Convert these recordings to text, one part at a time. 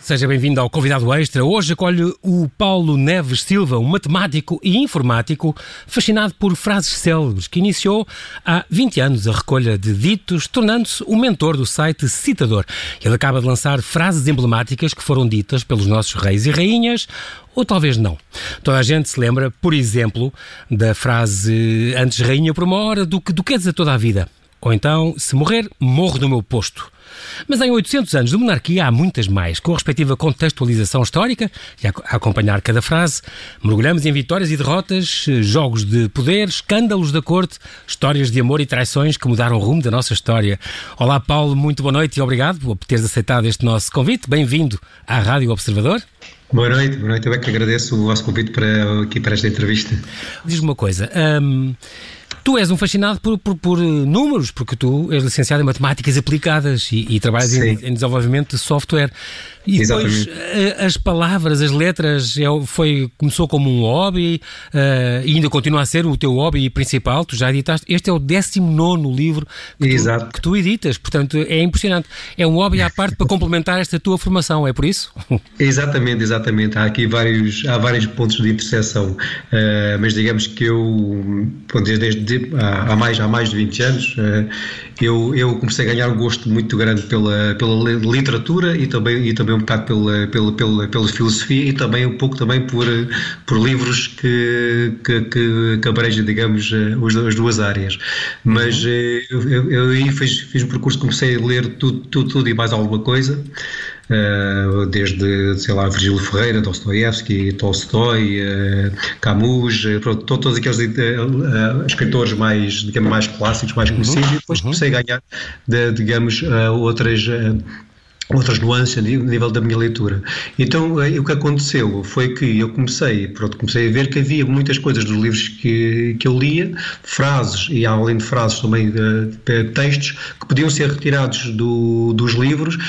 Seja bem-vindo ao Convidado Extra. Hoje acolhe o Paulo Neves Silva, um matemático e informático fascinado por frases célebres, que iniciou há 20 anos a recolha de ditos, tornando-se o mentor do site Citador. Ele acaba de lançar frases emblemáticas que foram ditas pelos nossos reis e rainhas, ou talvez não. Toda a gente se lembra, por exemplo, da frase "antes rainha por uma hora do que é dizer toda a vida". Ou então, "se morrer, morro no meu posto". Mas em 800 anos de monarquia há muitas mais, com a respectiva contextualização histórica e a acompanhar cada frase. Mergulhamos em vitórias e derrotas, jogos de poder, escândalos da corte, histórias de amor e traições que mudaram o rumo da nossa história. Olá, Paulo, muito boa noite e obrigado por teres aceitado este nosso convite. Bem-vindo à Rádio Observador. Boa noite. Eu é que agradeço o vosso convite para esta entrevista. Diz-me uma coisa, tu és um fascinado por números, porque tu és licenciado em matemáticas aplicadas e trabalhas em desenvolvimento de software. E depois as palavras, as letras, começou como um hobby e ainda continua a ser o teu hobby principal. Tu já editaste. Este é o 19º livro que tu editas. Portanto, é impressionante. É um hobby à parte para complementar esta tua formação, é por isso? Exatamente. Há aqui vários pontos de interseção. Mas digamos que eu, desde há mais de 20 anos, eu comecei a ganhar um gosto muito grande pela literatura e também um bocado pela filosofia e também um pouco por livros que abrangem, digamos, as duas áreas. Mas eu aí fiz um percurso, comecei a ler tudo e mais alguma coisa. Desde, Virgílio Ferreira, Dostoiévski, Tolstói, Camus, todos aqueles escritores mais clássicos, mais conhecidos, e depois comecei a ganhar, digamos, outras nuances a nível da minha leitura. Então, o que aconteceu foi que eu comecei a ver que havia muitas coisas dos livros que eu lia, frases, e além de frases também textos, que podiam ser retirados dos livros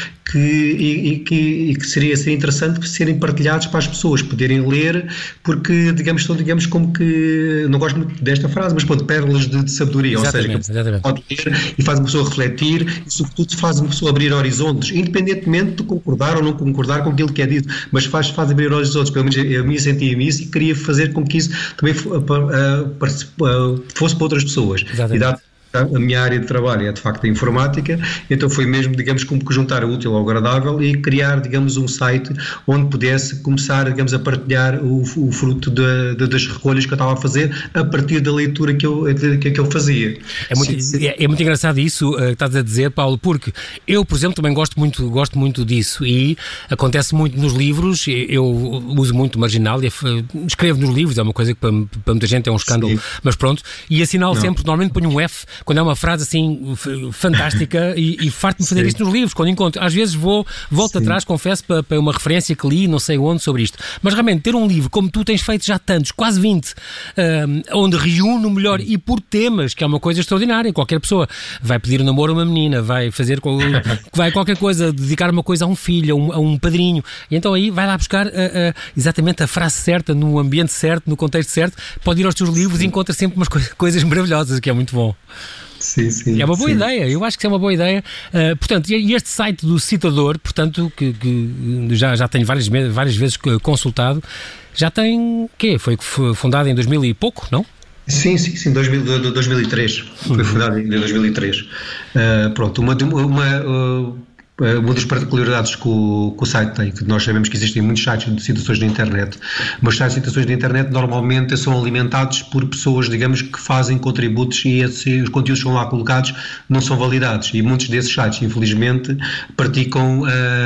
que seria interessante serem partilhados para as pessoas poderem ler, porque, digamos, como que, não gosto muito desta frase, mas pérolas de sabedoria, exatamente, ou seja, que pode ler e faz uma pessoa refletir e, sobretudo, faz uma pessoa abrir horizontes, independentemente de concordar ou não concordar com aquilo que é dito, mas faz abrir horizontes. Pelo menos eu sentia-me isso e queria fazer com que isso também fosse para outras pessoas. Exatamente. A minha área de trabalho é de facto a informática, então foi mesmo, digamos, como que juntar o útil ao agradável e criar, digamos, um site onde pudesse começar, digamos, a partilhar o fruto das recolhas que eu estava a fazer a partir da leitura que eu fazia. É muito engraçado isso que estás a dizer, Paulo, porque eu, por exemplo, também gosto muito disso e acontece muito nos livros. Eu uso muito marginal e escrevo nos livros, é uma coisa que para muita gente é um escândalo, mas pronto, e assinalo sempre, normalmente ponho um F quando é uma frase assim fantástica e farto-me fazer isto nos livros, quando encontro. Às vezes volto atrás, confesso, para uma referência que li, não sei onde, sobre isto. Mas realmente ter um livro, como tu tens feito já tantos, quase 20, onde reúne o melhor e por temas, que é uma coisa extraordinária. Qualquer pessoa vai pedir um namoro a uma menina, vai fazer qualquer coisa, dedicar uma coisa a um filho, a um padrinho, e então aí vai lá buscar exatamente a frase certa, no ambiente certo, no contexto certo, pode ir aos teus livros e encontra sempre umas coisas maravilhosas, que é muito bom. Sim. É uma boa ideia, eu acho que é uma boa ideia. Portanto, e este site do Citador, portanto, que já tenho várias vezes consultado, já tem, foi fundado em 2000 e pouco, não? Sim, 2003. Foi fundado em 2003. Uma das particularidades que o site tem, que nós sabemos que existem muitos sites de citações na internet, mas sites de citações na internet normalmente são alimentados por pessoas, digamos, que fazem contributos e os conteúdos que são lá colocados não são validados, e muitos desses sites, infelizmente, praticam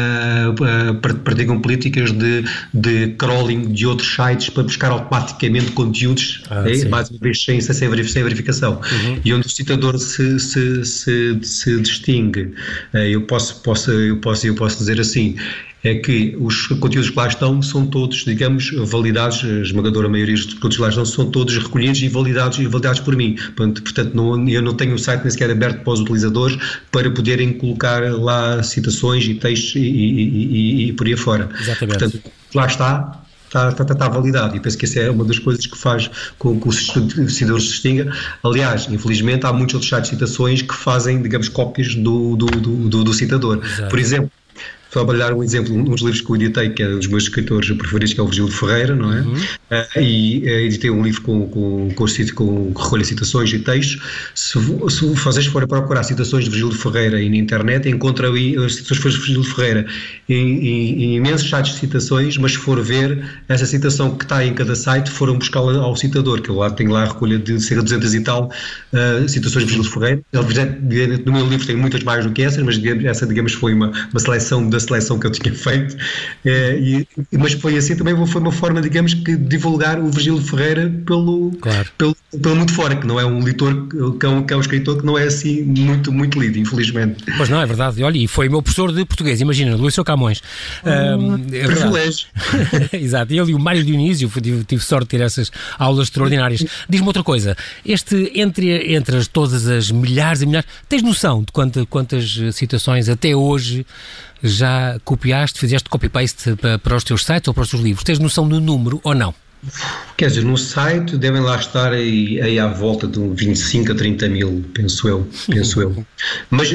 políticas de crawling de outros sites para buscar automaticamente conteúdos, mais uma vez sem verificação. E onde o citador se distingue, eu posso dizer assim, é que os conteúdos que lá estão são todos, digamos, validados, a esmagadora maioria dos conteúdos que lá estão são todos recolhidos e validados por mim. Portanto, eu não tenho o site nem sequer aberto para os utilizadores para poderem colocar lá citações e textos e por aí afora. Exatamente. Portanto, lá está validado, e penso que essa é uma das coisas que faz com que o citador se distinga. Aliás, infelizmente há muitos outros sites de citações que fazem, digamos, cópias do citador. Exato. Por exemplo, trabalhar um exemplo, um dos livros que eu editei, que é um dos meus escritores preferidos, que é o Virgílio Ferreira, não é? E editei um livro com recolha de citações e textos. Se vocês forem procurar citações de Virgílio Ferreira aí na internet, encontram aí as citações de Virgílio Ferreira em imensos sites de citações, mas se for ver essa citação que está em cada site, foram buscá-la ao citador, que eu lá tenho lá a recolha de cerca de 200 e tal citações de Virgílio Ferreira. No meu livro tem muitas mais do que essas, mas essa, digamos, foi uma seleção da seleção que eu tinha feito, mas foi assim também, foi uma forma, digamos, que de divulgar o Virgílio Ferreira pelo mundo fora, que não é um leitor, que é um escritor que não é assim muito lido, infelizmente. Pois não, é verdade. Olha, e foi meu professor de português, imagina, Luís Camões. Privilégio. Exato, ele e o Mário Dionísio, tive sorte de ter essas aulas extraordinárias. Diz-me outra coisa, entre todas as milhares e milhares, tens noção de quantas citações até hoje já copiaste, fizeste copy-paste para os teus sites ou para os teus livros? Tens noção do número ou não? Quer dizer, no site devem lá estar aí à volta de 25 a 30 mil, penso eu. Mas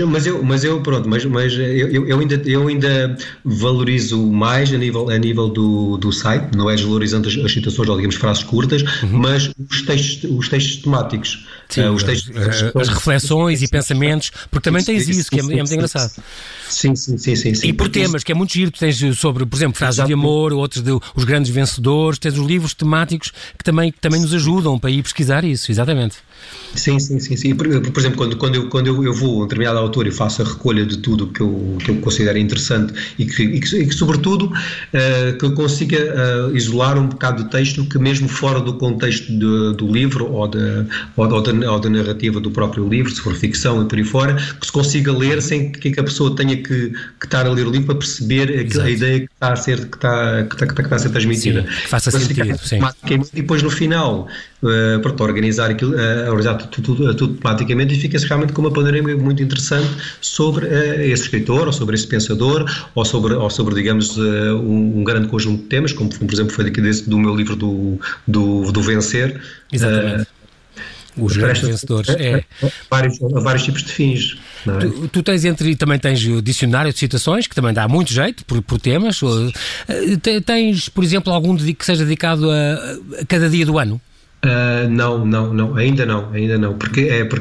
eu ainda valorizo mais a nível do site, não é desvalorizando as citações ou, digamos, frases curtas, mas os textos temáticos. Sim, as reflexões e pensamentos, porque também tens isso, que é muito engraçado. Sim. E por temas, que é muito giro, tu tens sobre, por exemplo, frases de amor, outros de os grandes vencedores, tens os livros temáticos que também nos ajudam para ir pesquisar isso, exatamente. Sim. Por exemplo, quando eu vou a um determinado autor e faço a recolha de tudo que eu considero interessante e que sobretudo, que eu consiga isolar um bocado do texto que mesmo fora do contexto do livro ou da narrativa do próprio livro, se for ficção e por aí fora, que se consiga ler sem que a pessoa tenha que estar a ler o livro para perceber a ideia que está a ser transmitida. Sim, que faça sentido, sim. E depois no final, para organizar aquilo, organizar tudo tematicamente, e fica-se realmente com uma panorama muito interessante sobre esse escritor, ou sobre esse pensador, ou sobre digamos, um grande conjunto de temas, como por exemplo foi daqui do meu livro do Vencer. Exatamente. Os grandes vencedores. Vários tipos de fins. Não é? Tu tens também tens o dicionário de citações, que também dá muito jeito por temas. Tens, por exemplo, algum que seja dedicado a cada dia do ano? Não, ainda não, porque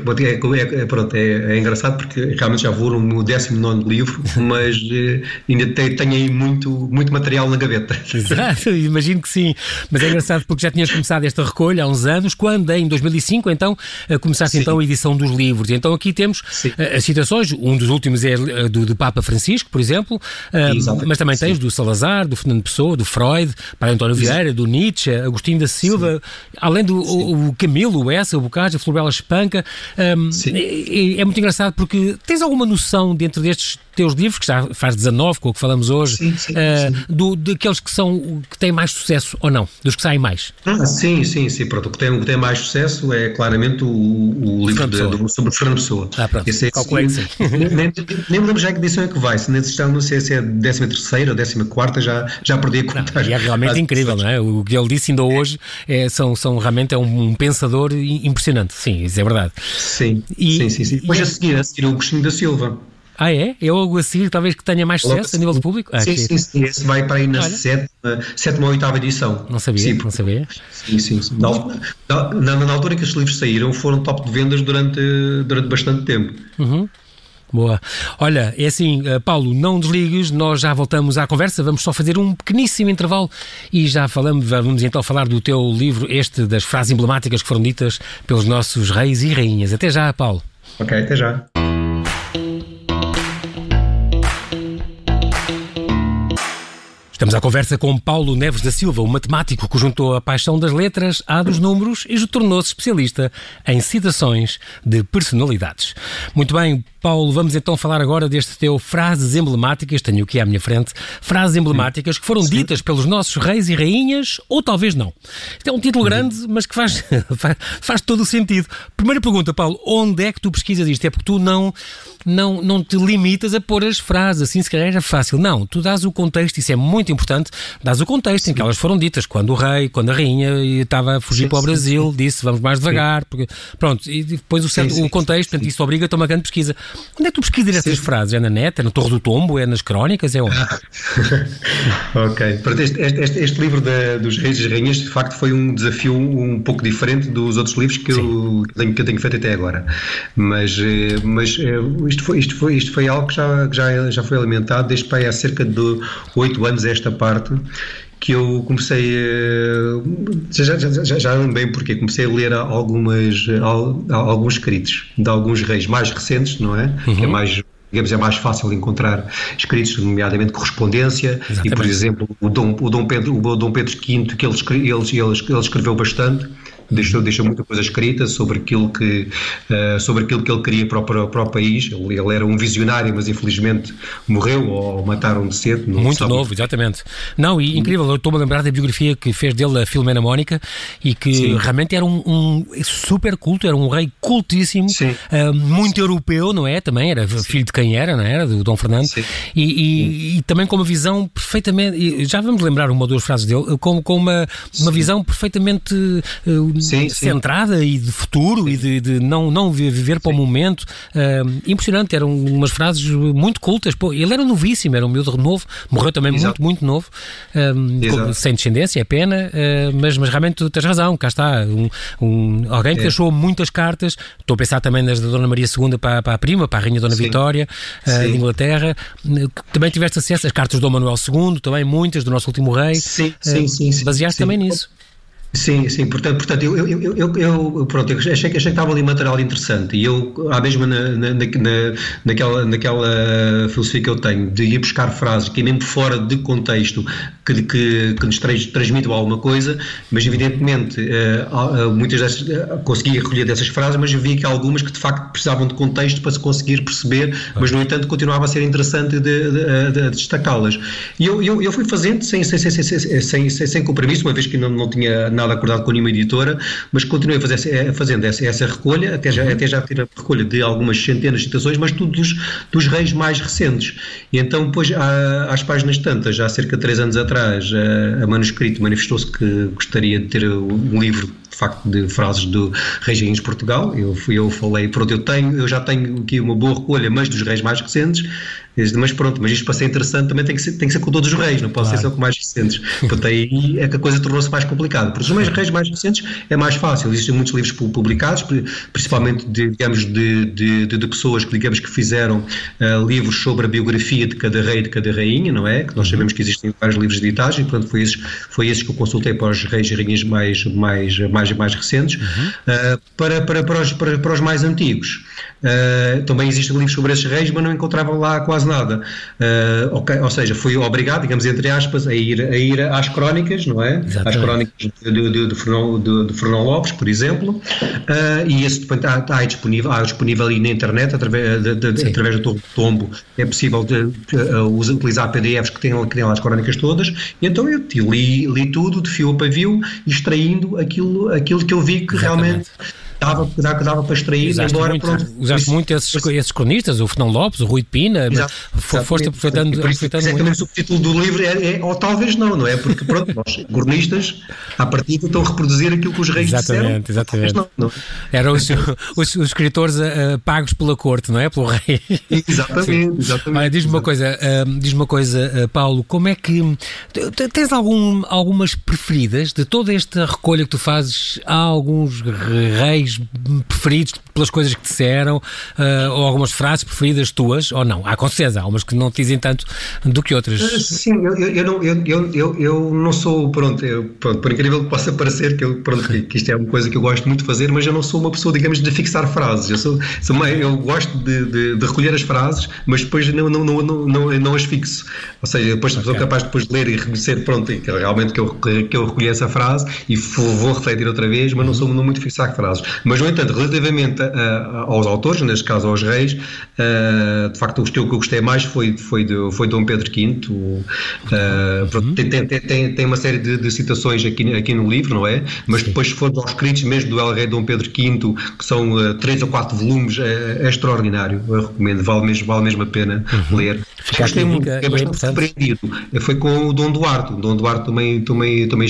é engraçado, porque realmente já vou no meu 19º livro, mas ainda tenho aí muito material na gaveta. Exato, imagino que sim, mas é engraçado porque já tinhas começado esta recolha há uns anos, quando em 2005 então começaste então a edição dos livros, então aqui temos as citações, um dos últimos é do Papa Francisco, por exemplo, mas também tens do Salazar, do Fernando Pessoa, do Freud, para António Vieira, do Nietzsche, Agostinho da Silva, além o Camilo, o Essa, o Bocage, a Florbela Espanca. É muito engraçado porque tens alguma noção dentro destes teus livros, que já faz 19, com o que falamos hoje, daqueles que têm mais sucesso ou não? Dos que saem mais? Sim. Pronto, o que tem mais sucesso é claramente o livro sobre Fernando Pessoa. Pronto, calculei que sim. Nem me lembro já que edição é que vai, não sei se é a 13ª ou 14ª, já perdi a conta. E é realmente incrível, não é? O que ele disse ainda hoje realmente é um pensador impressionante. Sim, isso é verdade. Sim. Depois a seguir o Agostinho da Silva. É? É algo assim, talvez que tenha mais sucesso a nível de público? Sim. Esse vai para aí na 7ª ou 8ª edição. Não sabia? Sim. Na altura em que estes livros saíram, foram top de vendas durante bastante tempo. Boa. Olha, é assim, Paulo, não desligues, nós já voltamos à conversa, vamos só fazer um pequeníssimo intervalo e já vamos então falar do teu livro, das frases emblemáticas que foram ditas pelos nossos reis e rainhas. Até já, Paulo. Ok, até já. Estamos à conversa com Paulo Neves da Silva, um matemático que juntou a paixão das letras à dos números e tornou-se especialista em citações de personalidades. Muito bem, Paulo, vamos então falar agora deste teu frases emblemáticas, tenho aqui à minha frente, frases emblemáticas que foram ditas pelos nossos reis e rainhas, ou talvez não. Isto é um título grande, mas que faz todo o sentido. Primeira pergunta, Paulo, onde é que tu pesquisas isto? É porque tu não te limitas a pôr as frases, assim se calhar era fácil. Não, tu dás o contexto, isso é muito muito importante dar o contexto em que elas foram ditas, quando a rainha estava a fugir para o Brasil, disse vamos mais devagar, porque, pronto, e depois o contexto, portanto, isso obriga-te a uma grande pesquisa. Onde é que tu pesquisas estas frases? É na net? É no Torre do Tombo? É nas crónicas? É onde? Ok. Este livro dos reis e rainhas, de facto, foi um desafio um pouco diferente dos outros livros que eu tenho feito até agora. Mas isto foi algo que já foi alimentado desde há cerca de 8 anos a esta parte, que eu comecei já lembro bem porque comecei a ler alguns escritos de alguns reis mais recentes, não é? Que é mais, digamos, é mais fácil encontrar escritos, nomeadamente correspondência. Exatamente. E, por exemplo, o Dom Pedro V, que ele escreveu bastante. Deixou muita coisa escrita sobre aquilo que ele queria para o país. Ele era um visionário, mas infelizmente morreu ou mataram de cedo. Muito novo, exatamente. Não, e incrível, eu estou-me a lembrar da biografia que fez dele a Filomena Mónica e que realmente era um super culto, era um rei cultíssimo, muito europeu, não é? Também era filho de quem era, não era? Do Dom Fernando. E também com uma visão perfeitamente, já vamos lembrar uma ou duas frases dele, com uma visão perfeitamente centrada e de futuro e de não viver para o momento. Impressionante, eram umas frases muito cultas. Pô, ele era novíssimo, era um miúdo novo, morreu também muito novo, sem descendência, é pena, mas realmente tu tens razão, cá está, alguém que deixou muitas cartas. Estou a pensar também nas da Dona Maria II para a prima, para a Rainha Dona Vitória, de Inglaterra. Também tiveste acesso às cartas do Dom Manuel II, também muitas, do nosso último rei. Baseaste também nisso. Sim, portanto eu achei que estava ali material interessante, e eu, à mesma naquela filosofia que eu tenho, de ir buscar frases que mesmo fora de contexto que nos transmitam alguma coisa, mas evidentemente muitas dessas consegui recolher dessas frases, mas eu vi que algumas que de facto precisavam de contexto para se conseguir perceber, mas no entanto continuava a ser interessante de destacá-las. E eu fui fazendo sem compromisso, uma vez que não tinha nada acordado com nenhuma editora, mas continuei fazendo essa recolha, até já ter a recolha de algumas centenas de citações, mas tudo dos reis mais recentes. E então, depois, às páginas tantas, já há cerca de 3 anos atrás, a Manuscrito manifestou-se que gostaria de ter um livro, de facto, de frases do Reis e Rainhas de Portugal. Eu falei, pronto, eu já tenho aqui uma boa recolha, mas dos reis mais recentes, mas pronto, mas isto para ser interessante também tem que ser com todos os reis, não pode ser só com mais recentes. Portanto, aí é que a coisa tornou-se mais complicada. Porque os reis mais recentes é mais fácil, existem muitos livros publicados, principalmente de pessoas que, digamos, que fizeram livros sobre a biografia de cada rei e de cada rainha, não é? Que nós sabemos que existem vários livros editados, e portanto foi esses que eu consultei para os reis e rainhas mais recentes. Para os mais antigos, também existem livros sobre esses reis, mas não encontrava lá quase nada. Ou seja, fui obrigado, digamos, entre aspas, a ir às crónicas, não é? Exatamente. Às crónicas de Fernão Lopes, por exemplo, e esse está disponível aí na internet, através do Torre do Tombo. É possível utilizar PDFs que têm lá as crónicas todas, e então eu li tudo de fio a pavio, extraindo aquilo que eu vi que realmente dava para extrair. Usaste muito esses cronistas, o Fernão Lopes, o Rui de Pina, foste aproveitando muito. O subtítulo do livro ou talvez não é? Porque pronto, nós, cronistas, à partida estão a reproduzir aquilo que os reis disseram. Exatamente. Não. Eram os escritores pagos pela corte, não é? Pelo rei. Exatamente. Olha, diz-me uma coisa, Paulo, como é que tens algumas preferidas de toda esta recolha que tu fazes? Há alguns reis preferidos pelas coisas que disseram, ou algumas frases preferidas tuas, ou não? Há com certeza, há umas que não te dizem tanto do que outras. Sim, eu não sou, pronto, por incrível que possa parecer, que isto é uma coisa que eu gosto muito de fazer, mas eu não sou uma pessoa, digamos, de fixar frases. Eu gosto de recolher as frases, mas depois não as fixo. Ou seja, depois sou capaz de depois ler e reconhecer, pronto, realmente que eu recolhi essa frase e vou refletir outra vez, mas não sou muito fixar frases. Mas, no entanto, relativamente aos autores, neste caso aos reis, de facto, o que eu gostei mais foi Dom Pedro V. Tem uma série de citações aqui no livro, não é? Mas depois, se for aos escritos mesmo do El Rei Dom Pedro V, que são 3 ou 4 volumes, é extraordinário. Eu recomendo, vale mesmo a pena ler. Gostei muito, fiquei bastante surpreendido. Foi com o Dom Duarte. O Dom Duarte também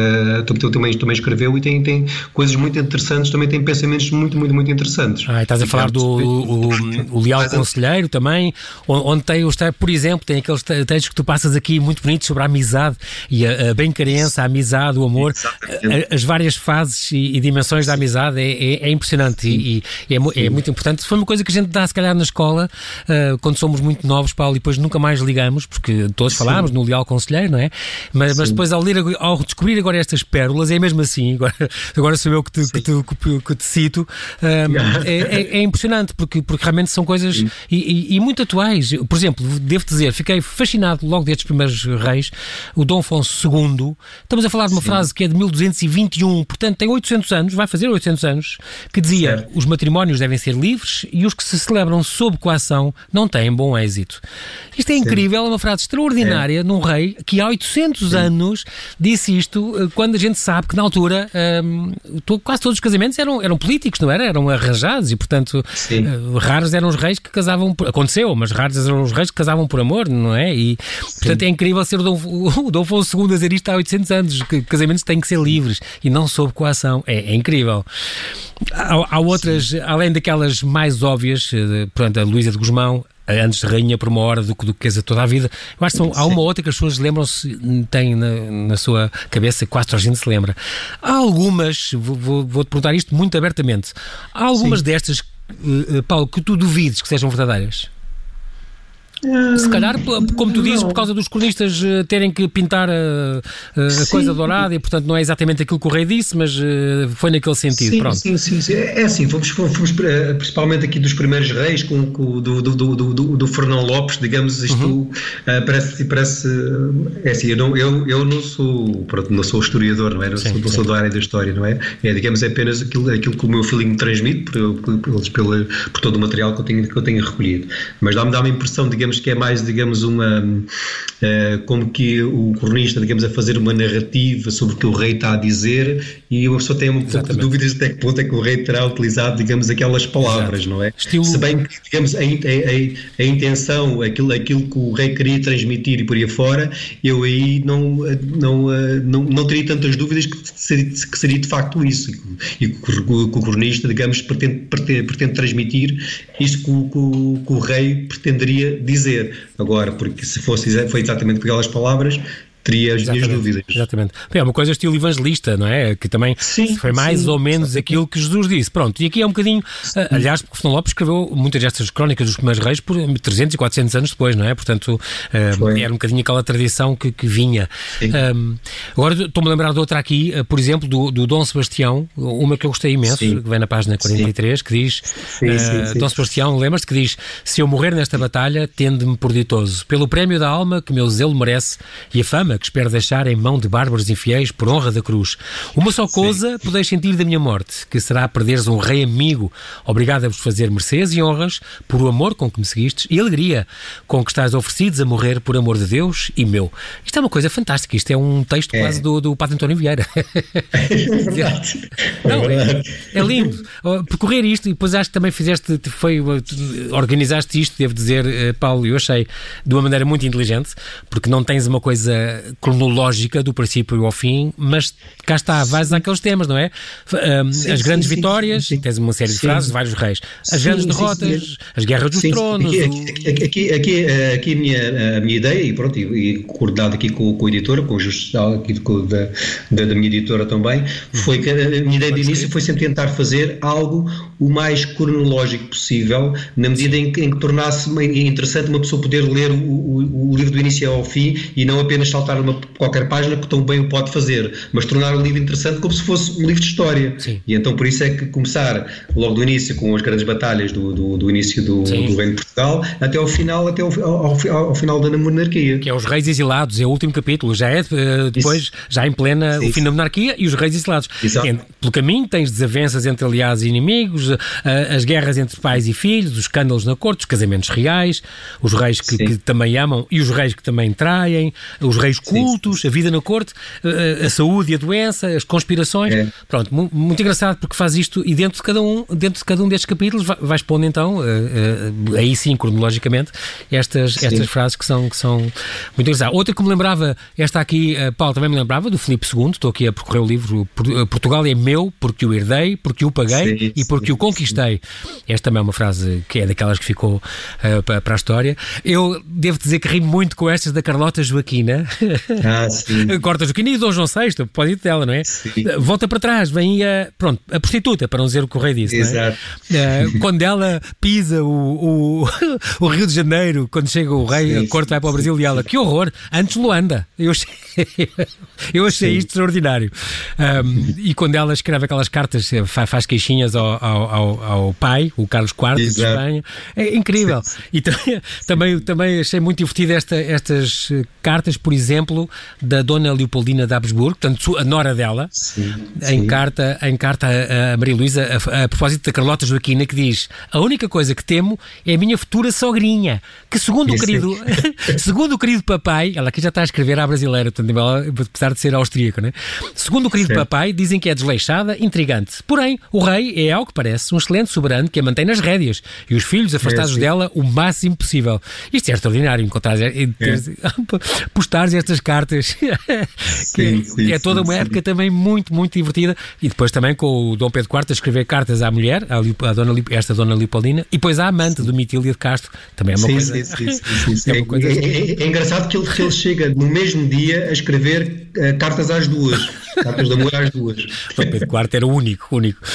escreveu e tem coisas muito interessantes, também tem pensamentos muito, muito, muito interessantes. Estás a falar do Leal Conselheiro também, onde tem, por exemplo, tem aqueles textos que tu passas aqui muito bonitos sobre a amizade e a bem-querença, a amizade, o amor, as várias fases e dimensões da amizade, é impressionante e é muito importante. Foi uma coisa que a gente dá, se calhar, na escola, quando somos muito novos, Paulo, e depois nunca mais ligamos, porque todos falámos no Leal Conselheiro, não é? Mas depois, ao descobrir agora estas pérolas, é mesmo assim, agora sou eu que te cito, é impressionante, porque realmente são coisas e muito atuais. Por exemplo, devo dizer, fiquei fascinado logo destes primeiros reis, o Dom Afonso II, estamos a falar de uma frase que é de 1221, portanto tem 800 anos, vai fazer 800 anos, que dizia: os matrimónios devem ser livres e os que se celebram sob coação não têm bom êxito. Isto é incrível, é uma frase extraordinária num rei que há 800 anos disse isto, quando a gente sabe que na altura quase todos os casamentos eram políticos, não era? Eram arranjados e, portanto, raros eram os reis que casavam, aconteceu, mas raros eram os reis que casavam por amor, não é? E, portanto, é incrível ser o Dom Afonso II a dizer isto há 800 anos, que casamentos têm que ser livres e não sob coação. É incrível. Há outras, além daquelas mais óbvias, portanto, a Luísa de Gusmão, antes de rainha por uma hora do Duquesa toda a vida. Eu acho que há uma outra que as pessoas lembram-se, têm na sua cabeça, quase toda a gente se lembra. Há algumas, vou-te perguntar isto muito abertamente, há algumas destas, Paulo, que tu duvides que sejam verdadeiras? Se calhar, como tu dizes, por causa dos cronistas terem que pintar a coisa dourada e, portanto, não é exatamente aquilo que o rei disse, mas foi naquele sentido. Pronto. Sim. É assim, fomos principalmente aqui dos primeiros reis, do Fernão Lopes, digamos, isto parece é assim, eu não sou historiador, não é? Não sou da área da história, não é? Digamos, é apenas aquilo que o meu filhinho me transmite por todo o material que eu tenho recolhido. Mas dá-me a impressão, digamos, que é mais, digamos, como que o cronista, digamos, a fazer uma narrativa sobre o que o rei está a dizer, e a pessoa tem um pouco de dúvidas até que ponto é que o rei terá utilizado, digamos, aquelas palavras, não é? Se bem que, digamos, a intenção, aquilo que o rei queria transmitir e por aí afora, eu aí não teria tantas dúvidas que seria de facto isso, e que o cronista, digamos, pretende transmitir isso que o rei pretenderia dizer. Agora, porque se foi exatamente com aquelas palavras, teria as minhas dúvidas. Exatamente. É uma coisa estilo evangelista, não é? Que também foi mais ou menos aquilo que Jesus disse. Pronto, e aqui é um bocadinho, aliás, porque Fernão Lopes escreveu muitas destas crónicas dos primeiros reis por 300 e 400 anos depois, não é? Portanto, era um bocadinho aquela tradição que vinha. Agora, estou-me a lembrar de outra aqui, por exemplo, do Dom Sebastião, uma que eu gostei imenso, que vem na página 43, que diz, Dom Sebastião, lembras-te que diz: se eu morrer nesta batalha, tende-me por ditoso, pelo prémio da alma que meu zelo merece e a fama que espero deixar em mão de bárbaros infiéis por honra da cruz. Uma só coisa podeis sentir da minha morte, que será perderes um rei amigo, obrigado a vos fazer mercês e honras por o amor com que me seguistes e a alegria com que estáis oferecidos a morrer por amor de Deus e meu. Isto é uma coisa fantástica, isto é um texto quase do Padre António Vieira. É lindo. Percorrer isto, e depois acho que também organizaste isto, devo dizer, Paulo, eu achei de uma maneira muito inteligente, porque não tens uma coisa cronológica do princípio ao fim, mas cá está, vais àqueles temas, não é? As grandes vitórias, tens uma série de frases de vários reis, as grandes derrotas, as guerras dos tronos. Aqui a minha ideia, e pronto, e coordenado aqui com a editora, com o Justal aqui da minha editora também, foi que a minha ideia de início foi sempre tentar fazer algo o mais cronológico possível, na medida em que tornasse interessante uma pessoa poder ler o livro do início ao fim e não apenas saltar estar numa qualquer página que tão bem o pode fazer, mas tornar o livro interessante como se fosse um livro de história. Sim. E então por isso é que começar logo do início com as grandes batalhas do início do Reino de Portugal até ao final, ao final da monarquia. Que é os reis exilados, é o último capítulo, já é depois, isso. Já em plena o fim da monarquia e os reis exilados. Pelo caminho tens desavenças entre aliados e inimigos, as guerras entre pais e filhos, os escândalos na corte, os casamentos reais, os reis que também amam e os reis que também traem, os reis cultos, a vida na corte, a saúde e a doença, as conspirações. Pronto, muito engraçado porque faz isto e dentro de cada um destes capítulos vais pondo então, aí sim, cronologicamente, estas frases que são muito engraçadas. Outra que me lembrava, esta aqui, Paulo, também me lembrava, do Filipe II, estou aqui a percorrer o livro, Portugal é meu porque o herdei, porque o paguei e porque o conquistei. Esta também é uma frase que é daquelas que ficou para a história. Eu devo dizer que ri muito com estas da Carlota Joaquina. Corta Joaquina e Dom João VI, a propósito dela, não é? Sim. Volta para trás, vem a prostituta, para não dizer o que o rei disse. Exato. Não é? Quando ela pisa o Rio de Janeiro, quando chega o rei, a corte vai para o Brasil e ela, que horror, antes Luanda. Eu achei isto extraordinário. E quando ela escreve aquelas cartas, faz queixinhas ao pai, o Carlos IV de Espanha, é incrível. E também achei muito divertido estas cartas, por exemplo, da Dona Leopoldina de Habsburgo, portanto, a nora dela, em carta a Maria Luísa, a propósito da Carlota Joaquina, que diz: a única coisa que temo é a minha futura sogrinha, que segundo o querido papai, ela aqui já está a escrever à brasileira, portanto, ela, apesar de ser austríaca, né? Segundo o querido papai, dizem que é desleixada, intrigante. Porém, o rei é, ao que parece, um excelente soberano que a mantém nas rédeas e os filhos afastados dela o máximo possível. Isto é extraordinário, encontrar postares estas cartas. É toda uma época também muito, muito divertida. E depois também com o Dom Pedro IV a escrever cartas à mulher, esta Dona Leopoldina, e depois à amante do Mitília de Castro. Também é uma coisa... É engraçado que ele chega no mesmo dia a escrever cartas às duas. Cartas de amor às duas. Dom Pedro IV era o único.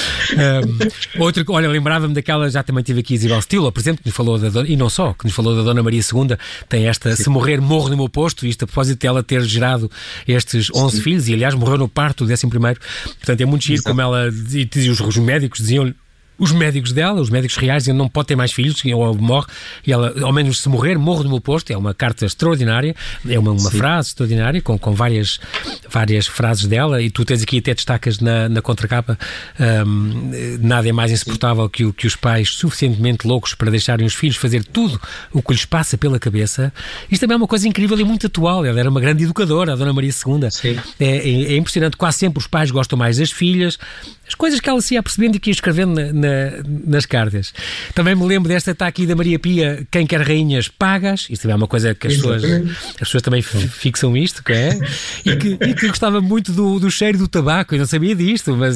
Outro, olha, lembrava-me daquela, já também tive aqui Isabel Stila, por exemplo, que nos falou e não só, que nos falou da Dona Maria II, tem esta, se morrer, morro no meu posto, isto a propósito dela ter gerado estes 11 filhos, e aliás morreu no parto do 11º, portanto é muito giro como ela, e os médicos diziam-lhe, os médicos dela, os médicos reais, diziam não pode ter mais filhos, ou morre, e ela, ao menos se morrer, morro no meu posto. É uma carta extraordinária, é uma frase extraordinária, com várias frases dela, e tu tens aqui, até destacas na contracapa, nada é mais insuportável que os pais suficientemente loucos para deixarem os filhos fazer tudo o que lhes passa pela cabeça. Isto também é uma coisa incrível e muito atual. Ela era uma grande educadora, a Dona Maria II. É impressionante, quase sempre os pais gostam mais das filhas, as coisas que ela se ia percebendo e que ia escrevendo nas cartas. Também me lembro desta, está aqui da Maria Pia, quem quer rainhas pagas. Isto também é uma coisa que as pessoas também fixam isto, que é? E que gostava muito do cheiro do tabaco. Eu não sabia disto, mas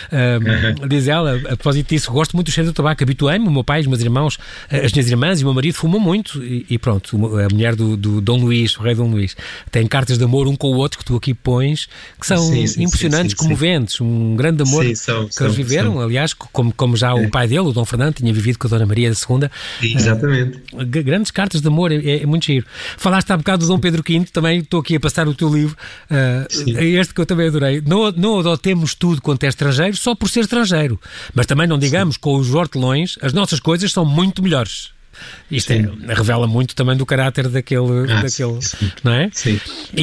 diz ela, a propósito disso, gosto muito do cheiro do tabaco. Habituei-me, o meu pai, os meus irmãos, as minhas irmãs e o meu marido fumam muito, e pronto, a mulher do Dom Luís, o rei Dom Luís, tem cartas de amor um com o outro que tu aqui pões, que são impressionantes, comoventes, um grande amor que eles viveram, aliás, como já o pai dele, o Dom Fernando, tinha vivido com a Dona Maria II. Exatamente. Grandes cartas de amor, é muito giro. Falaste há bocado do Dom Pedro V, também estou aqui a passar o teu livro, este que eu também adorei. Não adotemos tudo quanto é estrangeiro só por ser estrangeiro, mas também não digamos com os hortelões, as nossas coisas são muito melhores. Isto revela muito também do caráter daquele não é? Sim.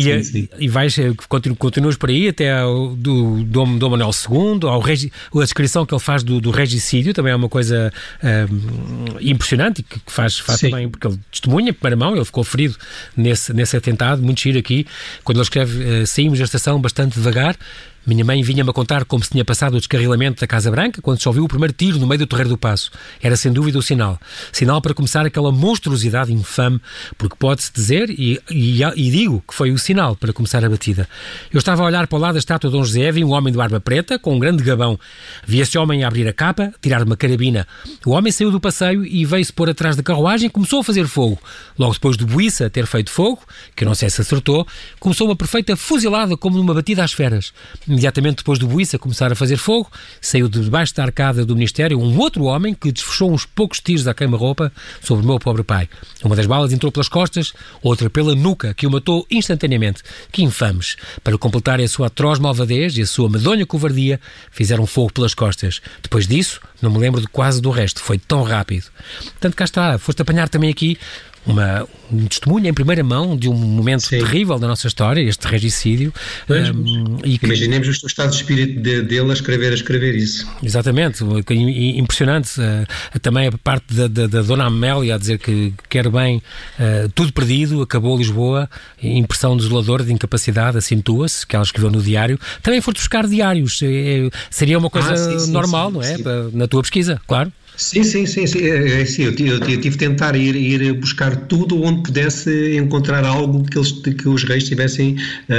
E vais, continuas por aí até do Dom Manuel II, a descrição que ele faz do regicídio, também é uma coisa impressionante e que faz também, porque ele testemunha em primeira mão, ele ficou ferido nesse atentado, muito giro aqui, quando ele escreve: saímos da estação bastante devagar. Minha mãe vinha-me a contar como se tinha passado o descarrilamento da Casa Branca quando se ouviu o primeiro tiro no meio do Terreiro do Paço. Era sem dúvida o sinal. Sinal para começar aquela monstruosidade infame, porque pode-se dizer, e digo que foi o sinal para começar a batida. Eu estava a olhar para o lado da estátua de Dom José, vi um homem de barba preta, com um grande gabão. Vi esse homem a abrir a capa, tirar uma carabina. O homem saiu do passeio e veio-se pôr atrás da carruagem e começou a fazer fogo. Logo depois do Buíça ter feito fogo, que eu não sei se acertou, começou uma perfeita fuzilada como numa batida às feras. Imediatamente depois do buíça começar a fazer fogo, saiu de debaixo da arcada do Ministério um outro homem que desfechou uns poucos tiros à queima-roupa sobre o meu pobre pai. Uma das balas entrou pelas costas, outra pela nuca, que o matou instantaneamente. Que infames! Para completarem a sua atroz malvadez e a sua medonha covardia, fizeram fogo pelas costas. Depois disso, não me lembro de quase do resto. Foi tão rápido. Portanto, cá está. Foste apanhar também aqui um testemunho em primeira mão de um momento terrível da nossa história, este regicídio. Imaginemos o estado de espírito dele a escrever isso. Exatamente, impressionante. Também a parte da Dona Amélia a dizer que quer bem, tudo perdido, acabou Lisboa, impressão desoladora de incapacidade, acentua-se, que ela escreveu no diário. Também foste buscar diários, seria uma coisa normal, não é? Na tua pesquisa, claro. Sim. Eu tive de tentar ir buscar tudo onde pudesse encontrar algo que os reis tivessem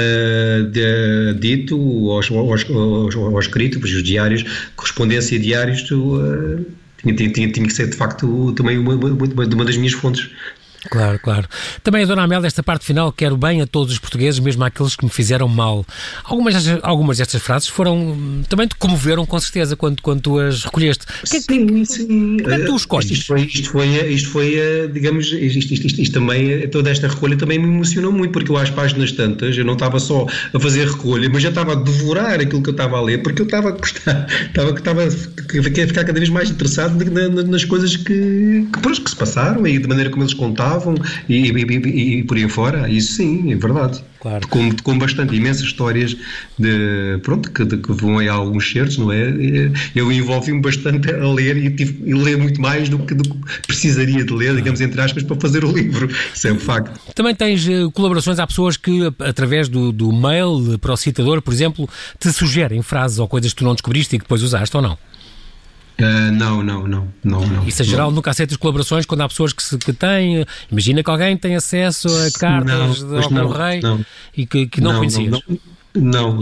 dito ou escrito, pois os diários, correspondência e diários, tinha que ser de facto também uma das minhas fontes. Claro. Também a Dona Amélia, esta parte final, quero bem a todos os portugueses, mesmo àqueles que me fizeram mal. Algumas destas frases também te comoveram com certeza quando tu as recolheste. Sim. Como é que tu escolhes? Isto foi, digamos, isto também, toda esta recolha também me emocionou muito, porque eu às páginas tantas, eu não estava só a fazer recolha, mas já estava a devorar aquilo que eu estava a ler, porque eu estava a gostar, estava a ficar cada vez mais interessado nas coisas que se passaram e da maneira como eles contavam. E por aí fora, isso sim, é verdade. Claro. Com bastante, imensas histórias que vão aí a alguns certos, não é? Eu envolvi-me bastante a ler e ler muito mais do que precisaria de ler, digamos, entre aspas, para fazer o livro. Isso é um facto. Também tens colaborações, há pessoas que, através do mail para o citador, por exemplo, te sugerem frases ou coisas que tu não descobriste e que depois usaste, ou não? Não. Isso em geral nunca aceitas colaborações quando há pessoas que têm. Imagina que alguém tem acesso a cartas ao rei e que não conhecias. Não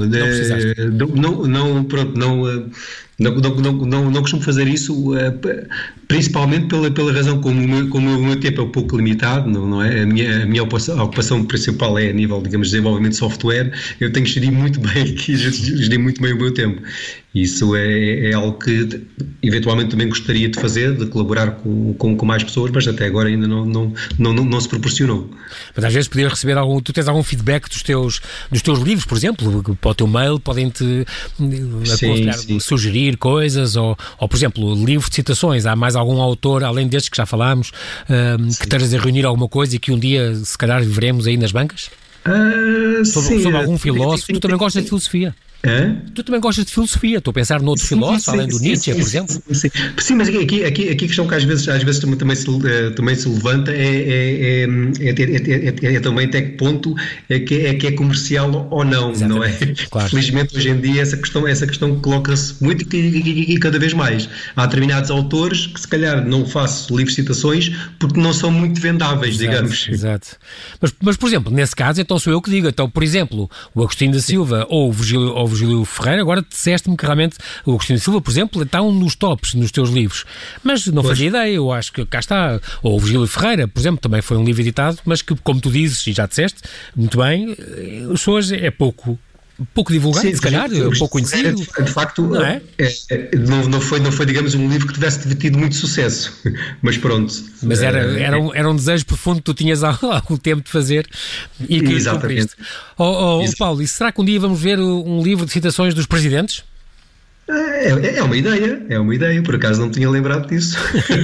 costumo fazer isso, principalmente pela razão como o meu tempo é um pouco limitado, não é? A minha ocupação principal é a nível, digamos, de desenvolvimento de software. Eu tenho que gerir muito bem o meu tempo. Isso é algo que eventualmente também gostaria de fazer, de colaborar com mais pessoas, mas até agora ainda não se proporcionou. Mas às vezes podias receber tu tens algum feedback dos teus livros, por exemplo, para o teu mail, podem-te sugerir coisas, ou por exemplo, livros de citações. Há mais algum autor, além destes que já falámos, que estejas a reunir alguma coisa e que um dia, se calhar, veremos aí nas bancas? Sobre algum filósofo? Tu também gostas de filosofia? Tu também gostas de filosofia? Estou a pensar noutro filósofo, além do Nietzsche, por exemplo? Sim, mas aqui a questão que às vezes também se levanta é também até que ponto é que é comercial ou não, não é? Claro. Felizmente hoje em dia essa questão coloca-se muito e cada vez mais. Há determinados autores que se calhar não faço livros de citações porque não são muito vendáveis, digamos. Exato. Mas, por exemplo, nesse caso, então sou eu que digo. Então, por exemplo, o Agostinho da Silva ou o Virgílio Ferreira, agora disseste-me que realmente o Agostinho da Silva, por exemplo, está nos tops nos teus livros, mas não fazia ideia. Eu acho que cá está. Ou o Virgílio Ferreira, por exemplo, também foi um livro editado, mas que, como tu dizes e já disseste muito bem, as pessoas é pouco divulgado, se calhar, pouco conhecido. De facto, não é? Não foi, digamos, um livro que tivesse tido muito sucesso, mas pronto. Mas era um desejo profundo que tu tinhas há algum tempo de fazer e que cumpriste. Paulo, e será que um dia vamos ver um livro de citações dos presidentes? É uma ideia, por acaso não me tinha lembrado disso.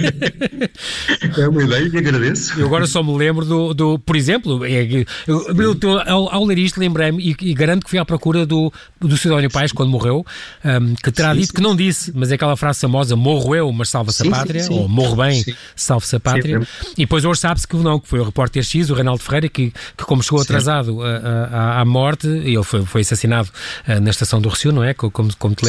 É uma ideia que agradeço. Eu agora só me lembro por exemplo, ao ler isto lembrei-me e garanto que fui à procura do Sidónio Pais quando morreu, que terá dito que não disse, mas é aquela frase famosa: morro eu, mas salva-se a pátria, ou morro bem, salve-se a pátria. E depois hoje sabe-se que não, que foi o repórter X, o Reinaldo Ferreira, que como chegou atrasado à morte, e ele foi assassinado na estação do Recio, não é? Como te lembras?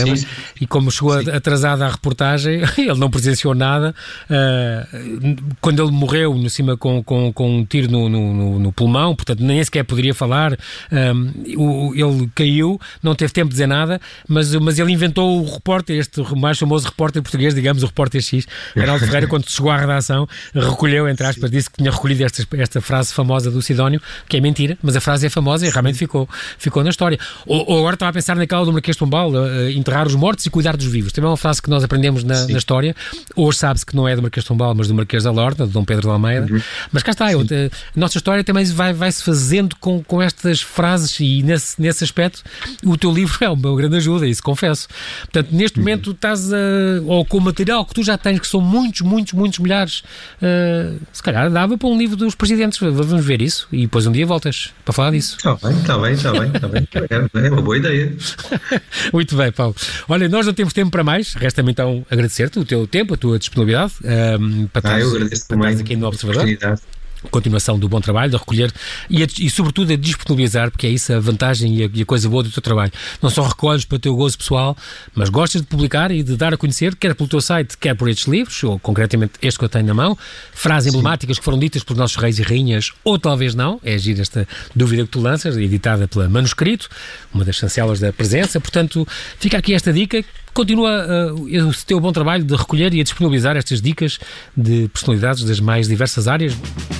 e como chegou atrasado à reportagem, ele não presenciou nada. Quando ele morreu, no cima com um tiro no pulmão, portanto nem sequer poderia falar, ele caiu, não teve tempo de dizer nada, mas ele inventou o repórter, este mais famoso repórter português, digamos, o repórter X, Arnaldo Ferreira, quando chegou à redação, recolheu, entre aspas, disse que tinha recolhido esta frase famosa do Sidónio, que é mentira, mas a frase é famosa e realmente ficou na história. Ou agora estava a pensar naquela do Marquês de Pombal, enterrar os mortos e cuidar dos vivos. Também é uma frase que nós aprendemos na história. Hoje sabe-se que não é do Marquês de Pombal, mas do Marquês da Lorda, de Dom Pedro de Almeida. Mas cá está, a nossa história também vai-se fazendo com estas frases, e nesse aspecto o teu livro é uma grande ajuda, isso confesso. Portanto, neste momento estás ou com o material que tu já tens, que são muitos milhares, se calhar dava para um livro dos presidentes. Vamos ver isso e depois um dia voltas para falar disso. Está bem. É uma boa ideia. Muito bem, Paulo. Olha, nós não temos tempo para mais. Resta-me então agradecer-te o teu tempo, a tua disponibilidade para estar aqui no Observador. Continuação do bom trabalho, de recolher e sobretudo a disponibilizar, porque é isso a vantagem e a coisa boa do teu trabalho. Não só recolhes para o teu gozo pessoal, mas gostas de publicar e de dar a conhecer, quer pelo teu site, quer por estes livros, ou concretamente este que eu tenho na mão, frases emblemáticas que foram ditas pelos nossos reis e rainhas, ou talvez não, é agir esta dúvida que tu lanças, editada pela Manuscrito, uma das chancelas da presença. Portanto, fica aqui esta dica. Continua o teu bom trabalho de recolher e a disponibilizar estas dicas de personalidades das mais diversas áreas.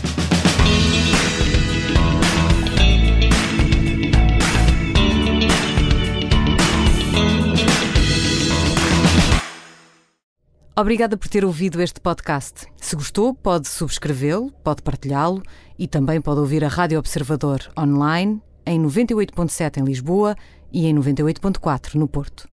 Obrigada por ter ouvido este podcast. Se gostou, pode subscrevê-lo, pode partilhá-lo e também pode ouvir a Rádio Observador online em 98.7 em Lisboa e em 98.4 no Porto.